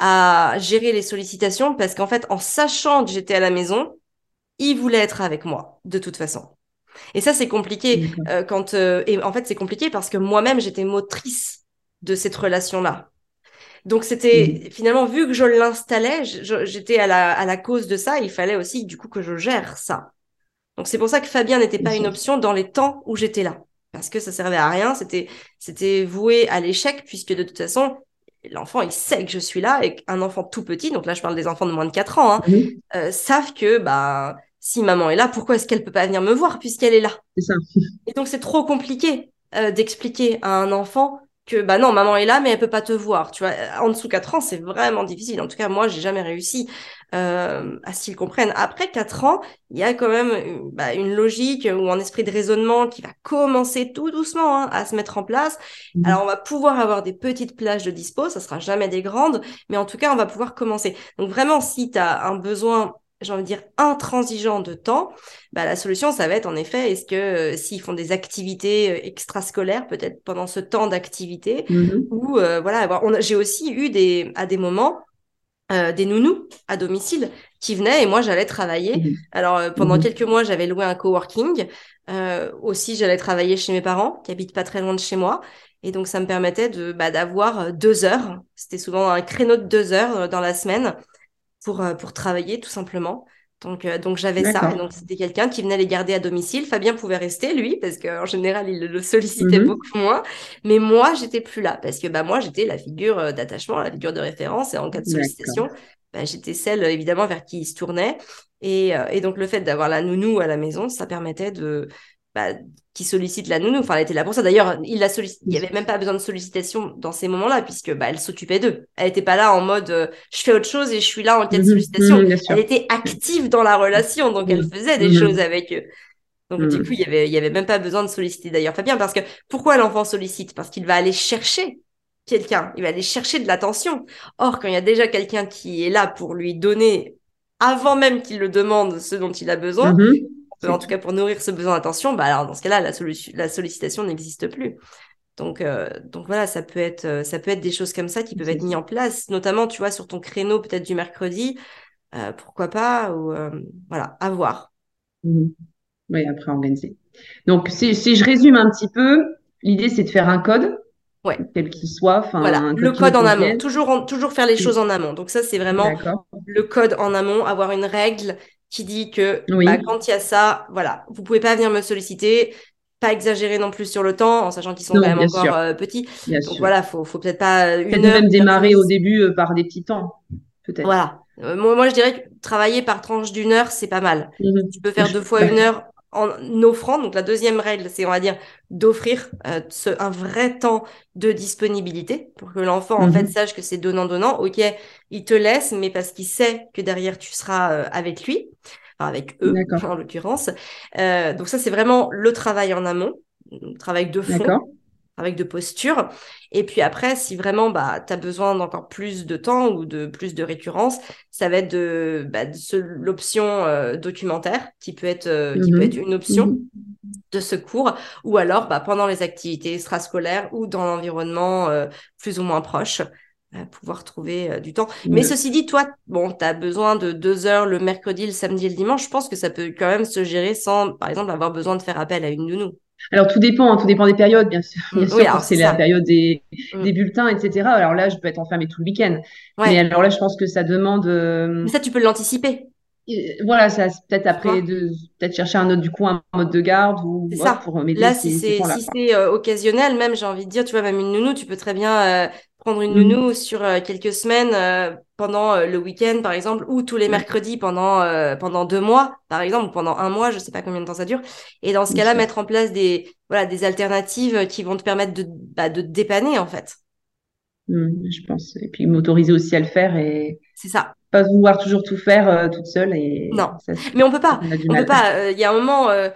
à gérer les sollicitations parce qu'en fait, en sachant que j'étais à la maison, il voulait être avec moi, de toute façon. Et ça, c'est compliqué D'accord. euh, quand, euh, et en fait, c'est compliqué parce que moi-même, j'étais motrice de cette relation-là. Donc Mhm. c'était finalement, vu que je l'installais, je- j'étais à la, à la cause de ça, il fallait aussi du coup que je gère ça. Donc c'est pour ça que Fabien n'était Bien pas une sûr. option dans les temps où j'étais là. Parce que ça servait à rien, c'était, c'était voué à l'échec, puisque de toute façon, l'enfant, il sait que je suis là, et qu'un enfant tout petit, donc là je parle des enfants de moins de quatre ans, hein, Mhm. euh, savent que bah, si maman est là, pourquoi est-ce qu'elle peut pas venir me voir puisqu'elle est là? C'est ça. Et donc, c'est trop compliqué euh, d'expliquer à un enfant que, bah non, maman est là, mais elle peut pas te voir. Tu vois, en dessous quatre ans, c'est vraiment difficile. En tout cas, moi, j'ai jamais réussi euh, à ce qu'ils comprennent. Après quatre ans, il y a quand même une, bah, une logique ou un esprit de raisonnement qui va commencer tout doucement hein, à se mettre en place. Alors, Mhm. on va pouvoir avoir des petites plages de dispo, ça sera jamais des grandes, mais en tout cas, on va pouvoir commencer. Donc, vraiment, si tu as un besoin, j'ai envie de dire, intransigeant de temps, bah, la solution, ça va être en effet, est-ce que euh, s'ils font des activités euh, extrascolaires, peut-être pendant ce temps d'activité, Mhm. ou euh, voilà, avoir- on a- j'ai aussi eu des, à des moments euh, des nounous à domicile qui venaient et moi j'allais travailler. Mhm. Alors euh, pendant Mhm. quelques mois, j'avais loué un coworking. Euh, aussi, j'allais travailler chez mes parents qui habitent pas très loin de chez moi. Et donc, ça me permettait de, bah, d'avoir euh, deux heures. C'était souvent un créneau de deux heures euh, dans la semaine pour, euh, pour travailler tout simplement. Donc, euh, donc j'avais ça, et D'accord. donc c'était quelqu'un qui venait les garder à domicile. Fabien pouvait rester, lui, parce qu'en général, il le sollicitait Mhm. beaucoup moins. Mais moi, j'étais plus là, parce que bah, moi, j'étais la figure euh, d'attachement, la figure de référence, et en cas de D'accord. sollicitation, bah, j'étais celle, euh, évidemment, vers qui il se tournait. Et, euh, et donc, le fait d'avoir la nounou à la maison, ça permettait de... Bah, qui sollicite la nounou. Enfin, elle était là pour ça. D'ailleurs, il la sollic- il n'y avait même pas besoin de sollicitation dans ces moments-là, puisque bah, elle s'occupait d'eux. Elle n'était pas là en mode euh, je fais autre chose et je suis là en cas de Mhm. sollicitation. Mhm. Bien Elle sûr. était active dans la relation, donc elle Mhm. faisait des choses Mhm. avec eux. Donc du coup, Mhm. il y avait, il y avait même pas besoin de solliciter d'ailleurs Fabien, parce que pourquoi l'enfant sollicite? Parce qu'il va aller chercher quelqu'un, il va aller chercher de l'attention. Or, quand il y a déjà quelqu'un qui est là pour lui donner, avant même qu'il le demande, ce dont il a besoin, Mhm. euh, en C'est tout cas pour nourrir ce besoin d'attention, bah alors dans ce cas-là, la, solu- la sollicitation n'existe plus. Donc, euh, donc voilà, ça peut être, euh, ça peut être des choses comme ça qui peuvent c'est être mises ça. en place, notamment, tu vois, sur ton créneau peut-être du mercredi, euh, pourquoi pas, ou euh, voilà, à voir. Mhm. Oui, après organiser. Donc, si, si je résume un petit peu, l'idée, c'est de faire un code, Ouais, quel qu'il soit, voilà, enfin, un le code qui nous code en amont, convienne. toujours, en- toujours faire les choses en amont. Donc ça, c'est vraiment D'accord. le code en amont, avoir une règle qui dit que bah, Oui. quand il y a ça, voilà, vous pouvez pas venir me solliciter, pas exagérer non plus sur le temps, en sachant qu'ils sont quand Non, même bien encore sûr, euh, petits. bien Donc sûr. voilà, faut, faut peut-être pas euh, une Peut-être heure, même une heure et démarrer demie. au début euh, par des petits temps, peut-être. Voilà. Euh, moi, moi, je dirais que travailler par tranche d'une heure, c'est pas mal. Mhm. Tu peux faire Je- deux fois bah, une heure en offrant. Donc, la deuxième règle, c'est, on va dire, d'offrir euh, ce- un vrai temps de disponibilité pour que l'enfant, en fait, mhm. sache que c'est donnant-donnant. OK, il te laisse, mais parce qu'il sait que derrière, tu seras euh, avec lui, enfin, avec eux, D'accord, en l'occurrence. Euh, donc, ça, c'est vraiment le travail en amont, le travail de fond d'accord. avec de posture. Et puis après, si vraiment bah, tu as besoin d'encore plus de temps ou de plus de récurrence, ça va être de, bah, de ce- l'option euh, documentaire qui peut être, euh, qui peut être Mhm. une option Mhm. de secours, ou alors bah, pendant les activités extrascolaires ou dans l'environnement euh, plus ou moins proche, euh, pouvoir trouver euh, du temps. Mais Ouais. ceci dit, toi, bon, tu as besoin de deux heures le mercredi, le samedi et le dimanche. Je pense que ça peut quand même se gérer sans, par exemple, avoir besoin de faire appel à une nounou. Alors, tout dépend, hein, tout dépend des périodes, bien sûr. Mm, Bien oui, sûr, quand alors c'est c'est la ça. période des, Mm. des bulletins, et cetera. Alors là, je peux être enfermée tout le week-end. Mais Ouais. alors là, je pense que ça demande, Mais euh, ça, tu peux l'anticiper, euh, voilà, ça, c'est peut-être tu après vois. de, peut-être chercher un autre, du coup, un mode de garde ou C'est hop, ça. pour m'aider Là, si ces, ces c'est temps-là, si quoi. c'est euh, occasionnel, même j'ai envie de dire, tu vois, même une nounou, tu peux très bien euh, prendre une Mhm. nounou sur euh, quelques semaines euh, pendant euh, le week-end, par exemple, ou tous les Ouais, mercredis pendant euh, pendant deux mois, par exemple, ou pendant un mois, je sais pas combien de temps ça dure. Et dans ce bien cas-là, sûr. mettre en place des voilà des alternatives qui vont te permettre de bah, de te dépanner en fait. Mhm, je pense. Et puis m'autoriser aussi à le faire et C'est ça. pas vouloir toujours tout faire euh, toute seule et Non, ça, mais on peut pas. on a du On peut mal. pas. Euh, Il y a un moment. euh,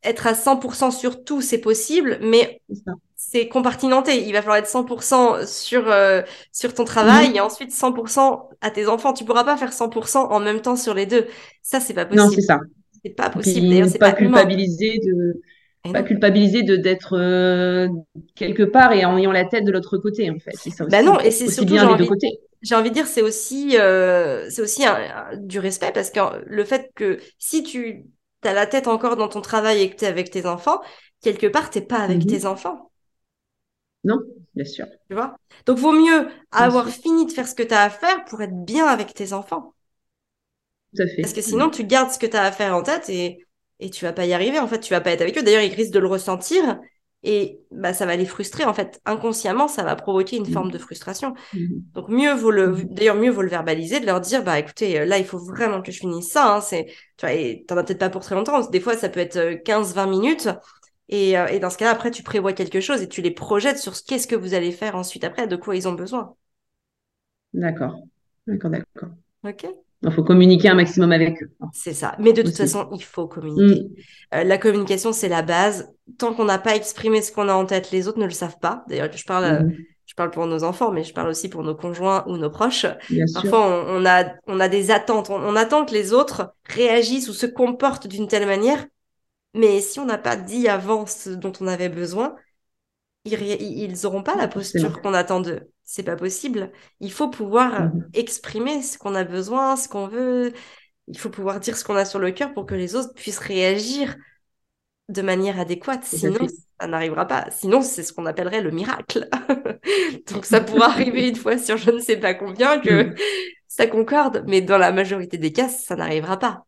être à cent pour cent sur tout, c'est possible, mais C'est ça. c'est compartimenté. Il va falloir être cent pour cent sur, euh, sur ton travail et Mhm. ensuite cent pour cent à tes enfants. Tu pourras pas faire cent pour cent en même temps sur les deux. Ça, c'est pas Non, c'est possible. ça. C'est pas Et possible. puis D'ailleurs, ne c'est pas pas humain. culpabiliser de Et pas non. culpabiliser de d'être euh, quelque part et en ayant la tête de l'autre côté, en fait. C'est ça Ben non, aussi. et c'est Aussi surtout, j'ai bien des deux envie, côtés. j'ai envie de dire, c'est aussi, euh, c'est aussi un- un- du respect parce que le fait que si tu as la tête encore dans ton travail et que tu es avec tes enfants, quelque part, t'es pas avec tes Mhm. enfants. Non, bien sûr, Tu vois? Donc, vaut mieux bien avoir sûr, fini de faire ce que tu as à faire pour être bien avec tes enfants. tout à Parce fait. que Mm. sinon, tu gardes ce que tu as à faire en tête et, et tu vas pas y arriver. En fait, tu vas pas être avec eux. D'ailleurs, ils risquent de le ressentir et bah, ça va les frustrer. En fait, inconsciemment, ça va provoquer une forme de Mm. frustration. Mhm. Donc, mieux vaut le, Mhm. d'ailleurs, mieux vaut le verbaliser, de leur dire, bah, écoutez, euh, là, il faut vraiment que je finisse ça, hein. C'est, tu vois, et t'en as peut-être pas pour très longtemps. Des fois, ça peut être euh, quinze vingt minutes. Et, euh, et dans ce cas-là, après, tu prévois quelque chose et tu les projettes sur ce qu'est-ce que vous allez faire ensuite après, de quoi ils ont besoin. D'accord, d'accord, d'accord. OK? Il faut communiquer un maximum avec eux hein, C'est ça. Mais de toute aussi. façon, il faut communiquer. Mm. Euh, la communication, c'est la base. Tant qu'on n'a pas exprimé ce qu'on a en tête, les autres ne le savent pas. D'ailleurs, je parle, euh, Mhm. je parle pour nos enfants, mais je parle aussi pour nos conjoints ou nos proches. Bien sûr, Parfois, on, on a, on a des attentes. On, on attend que les autres réagissent ou se comportent d'une telle manière. Mais si on n'a pas dit avant ce dont on avait besoin, ils, ré- ils n'auront pas la forcément. posture qu'on attend d'eux. C'est pas possible. Il faut pouvoir Mhm. exprimer ce qu'on a besoin, ce qu'on veut. Il faut pouvoir dire ce qu'on a sur le cœur pour que les autres puissent réagir de manière adéquate. Tout à Sinon, fait. ça n'arrivera pas. Sinon, c'est ce qu'on appellerait le miracle. Donc, ça pourra arriver une fois sur je ne sais pas combien que Mm. ça concorde, mais dans la majorité des cas, ça n'arrivera pas.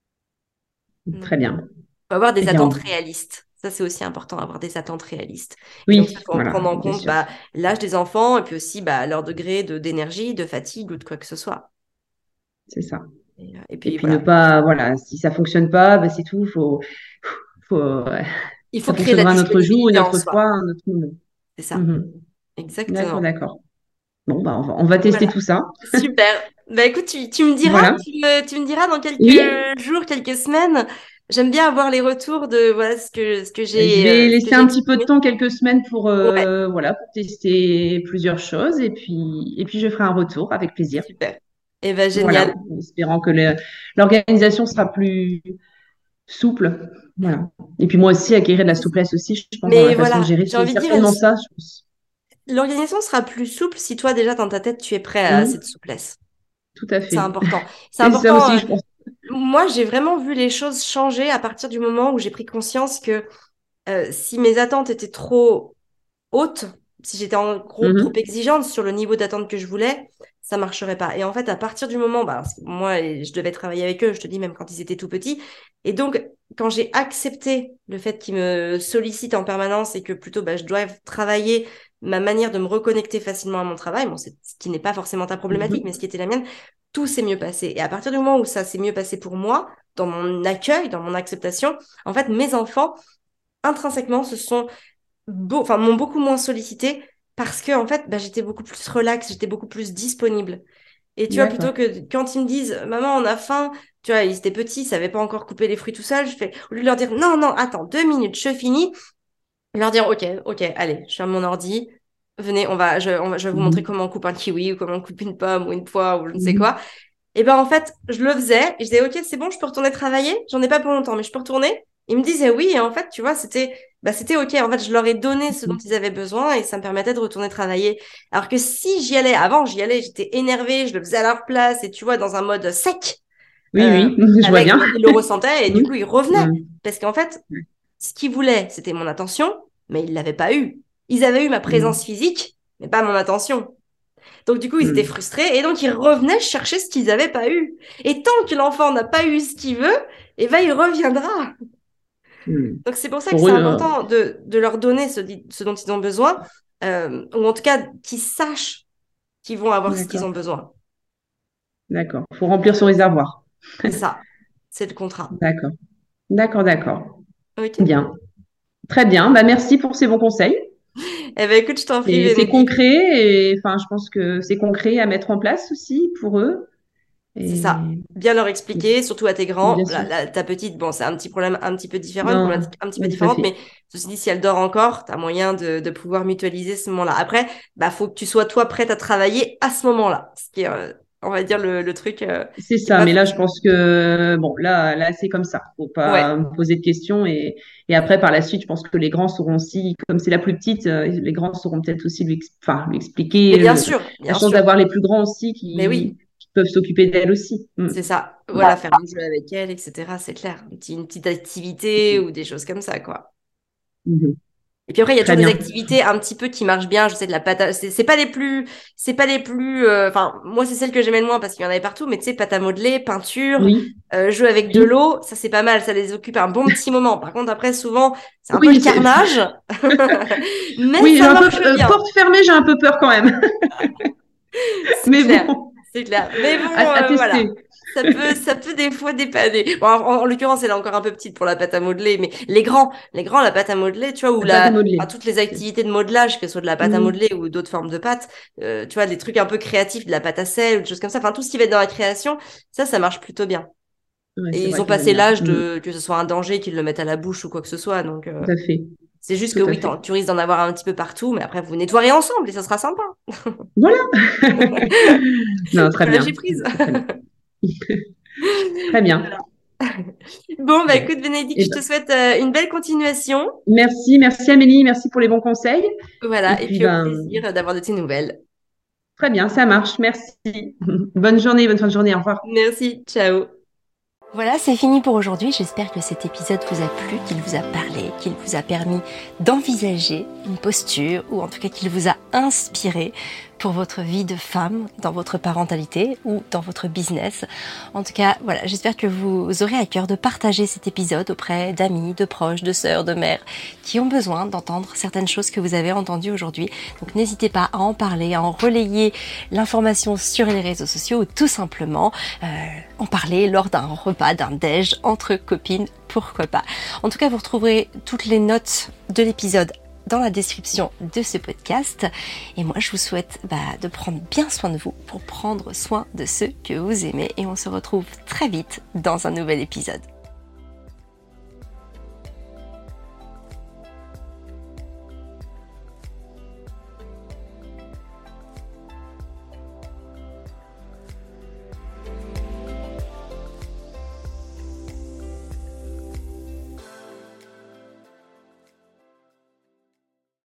Très Donc, il bien. faut avoir Eh des bien, attentes on- réalistes. Ça, c'est aussi important, avoir des attentes réalistes. Et donc, ça, oui, faut en voilà, prendre en bien compte sûr. bah, l'âge des enfants et puis aussi bah, leur degré de d'énergie, de fatigue ou de quoi que ce soit. C'est ça. Et, euh, et Et puis, puis ne voilà. pas, voilà, si ça fonctionne pas, bah, c'est tout. Faut, faut, ouais. Il faut Ça créer de la fonctionnera un autre jour, une disponibilité en autre fois, soi. un autre moment. C'est ça. Mhm. D'accord, Exactement. d'accord. Bon, bah, on va, on va tester Voilà. tout ça. Super. Bah écoute, tu, tu me diras, Voilà. tu me, tu me diras dans Oui, quelques jours, quelques semaines. J'aime bien avoir les retours de voilà ce que ce que je j'ai vais euh, ce que laisser j'ai un petit peu de exprimé. temps, quelques semaines pour, Ouais, euh, voilà, pour tester plusieurs choses et puis, et puis je ferai un retour avec plaisir. super. Et ben génial. Voilà, en espérant que le- l'organisation sera plus souple. Voilà. Et puis moi aussi, acquérir de la C'est ça. souplesse aussi, je pense, dans Mais la façon de voilà, gérer, j'ai c'est envie de dire, elle- certainement ça, je pense. l'organisation sera plus souple si toi déjà dans ta tête tu es prêt à Mhm, cette souplesse. tout à C'est fait. important. C'est C'est ça important. aussi, euh, je pense. Moi, j'ai vraiment vu les choses changer à partir du moment où j'ai pris conscience que euh, si mes attentes étaient trop haute, si j'étais en gros trop Mhm, exigeante sur le niveau d'attente que je voulais, ça marcherait pas. Et en fait, à partir du moment, bah, parce que moi, je devais travailler avec eux, je te dis, même quand ils étaient tout petits. Et donc, quand j'ai accepté le fait qu'ils me sollicitent en permanence et que plutôt, bah, je dois travailler ma manière de me reconnecter facilement à mon travail, bon, c'est ce qui n'est pas forcément ta problématique, mais ce mhm. qui était la mienne, tout s'est mieux passé. Et à partir du moment où ça s'est mieux passé pour moi, dans mon accueil, dans mon acceptation, en fait, mes enfants, intrinsèquement, se sont beau, enfin, m'ont beaucoup moins sollicité parce que, en fait, bah, j'étais beaucoup plus relax, j'étais beaucoup plus disponible. Et tu vois, plutôt D'accord. que quand ils me disent, maman, on a faim, tu vois, ils étaient petits, ils savaient pas encore couper les fruits tout seuls, je fais, au lieu de leur dire, non, non, attends, deux minutes, je finis, leur dire, ok, ok, allez, je ferme mon ordi, venez, on va, je, on va, je vais vous montrer Mhm, comment on coupe un kiwi ou comment on coupe une pomme ou une poire ou je ne sais quoi. mhm, Et ben en fait, je le faisais et je disais OK, c'est bon, je peux retourner travailler. J'en ai pas pour longtemps, mais je peux retourner. Ils me disaient oui et en fait, tu vois, c'était bah c'était OK. En fait, je leur ai donné ce dont mhm. ils avaient besoin et ça me permettait de retourner travailler. Alors que si j'y allais avant, j'y allais, j'étais énervée, je le faisais à leur place et tu vois dans un mode sec Oui, euh, oui, je vois avec bien. bah, ils le ressentaient et du Mhm, coup, ils revenaient mhm. parce qu'en fait, ce qu'ils voulaient, c'était mon attention, mais ils l'avaient pas eu. Ils avaient eu ma présence Mhm, physique, mais pas mon attention. Donc, du coup, ils étaient mhm, frustrés et donc ils revenaient chercher ce qu'ils n'avaient pas eu. Et tant que l'enfant n'a pas eu ce qu'il veut, eh ben, il reviendra. mhm. Donc, c'est pour ça que Pour c'est eux, euh, important de, de leur donner ce, di- ce dont ils ont besoin, euh, ou en tout cas qu'ils sachent qu'ils vont avoir ce qu'ils d'accord, ont besoin. d'accord. Faut remplir son réservoir. C'est ça, c'est le contrat. D'accord, d'accord, d'accord. OK? Bien, très bien. Bah, merci pour ces bons conseils. Eh ben, écoute, je t'en prie, Et c'est Bénédicte. concret et enfin, je pense que c'est concret à mettre en place aussi pour eux. C'est ça. Et Bien leur expliquer, surtout à tes grands. bien La, sûr. la- ta petite, bon, c'est un petit problème un petit peu différent, une Non, problématique un petit peu oui, tout à différente, fait. mais ceci dit, si elle dort encore, tu as moyen de, de pouvoir mutualiser ce moment-là. Après, bah, faut que tu sois toi prête à travailler à ce moment-là. Ce qui est, euh, on va dire, le, le truc euh, C'est qui est ça, pas mais là, je forcément. pense que, bon, là, là, c'est comme ça. Faut pas Ouais. me poser de questions. Et, et après, par la suite, je pense que les grands sauront aussi, comme c'est la plus petite, euh, les grands sauront peut-être aussi lui, ex- enfin, lui Mais expliquer bien le- sûr, la bien chance sûr. d'avoir les plus grands aussi Mais qui, oui, qui peuvent s'occuper d'elle aussi. Mm. c'est ça. Voilà, faire un jeu avec elle, et cetera. C'est clair. Un petit- une petite activité ou des choses comme ça, quoi. Mhm. Et puis après, il y a Très toujours des bien. activités un petit peu qui marchent bien. Je sais de la pâte à... C'est c'est pas les plus... C'est pas les plus... euh, Enfin, moi, c'est celle que j'aimais le moins parce qu'il y en avait partout. Mais tu sais, pâte à modeler, peinture, Oui, euh, jouer avec de oui, l'eau, ça, c'est pas mal. Ça les occupe un bon petit moment. Par contre, après, souvent, c'est un peu le oui, c'est- carnage. Mais oui, j'ai ça un peu, marche euh, bien. porte fermée, j'ai un peu peur quand même. C'est Mais clair, bon, c'est clair. Mais bon, à, à euh, voilà. tester. Ça peut, ça peut des fois dépanner. Bon, en, en l'occurrence, elle est encore un peu petite pour la pâte à modeler, mais les grands, les grands, la pâte à modeler, tu vois, ou La pâte à la, enfin, modeler. toutes les activités de modelage, que ce soit de la pâte à Mhm. modeler ou d'autres formes de pâte, euh, tu vois, des trucs un peu créatifs, de la pâte à sel, ou des choses comme ça. Enfin, tout ce qui va être dans la création, ça, ça marche plutôt bien. Ouais, c'est Et ils vrai ont qu'elle aime passé bien. l'âge Mm. de que ce soit un danger qu'ils le mettent à la bouche ou quoi que ce soit. Donc, euh, Tout à fait. c'est juste que Tout à oui, fait. t'en- tu risques d'en avoir un petit peu partout, mais après, vous nettoierez ensemble et ça sera sympa. Voilà. Non, très Faut lâcher bien. prise. C'est très bien. Très bien. Bon, bah Bon. écoute, Bénédicte, Eh je te ben, souhaite euh, une belle continuation. merci, merci Amélie, merci pour les bons conseils. Et Voilà, et puis, puis au ben, plaisir d'avoir de tes nouvelles. très bien, ça marche. Merci. Bonne journée, bonne fin de journée. Au revoir. Merci, ciao. Voilà, c'est fini pour aujourd'hui. J'espère que cet épisode vous a plu, qu'il vous a parlé, qu'il vous a permis d'envisager une posture, ou en tout cas qu'il vous a inspiré pour votre vie de femme, dans votre parentalité ou dans votre business. En tout cas, voilà, j'espère que vous aurez à cœur de partager cet épisode auprès d'amis, de proches, de sœurs, de mères qui ont besoin d'entendre certaines choses que vous avez entendues aujourd'hui. Donc n'hésitez pas à en parler, à en relayer l'information sur les réseaux sociaux ou tout simplement euh, en parler lors d'un repas, d'un déj entre copines, pourquoi pas. En tout cas, vous retrouverez toutes les notes de l'épisode dans la description de ce podcast. Et moi, je vous souhaite bah, de prendre bien soin de vous pour prendre soin de ceux que vous aimez. Et on se retrouve très vite dans un nouvel épisode.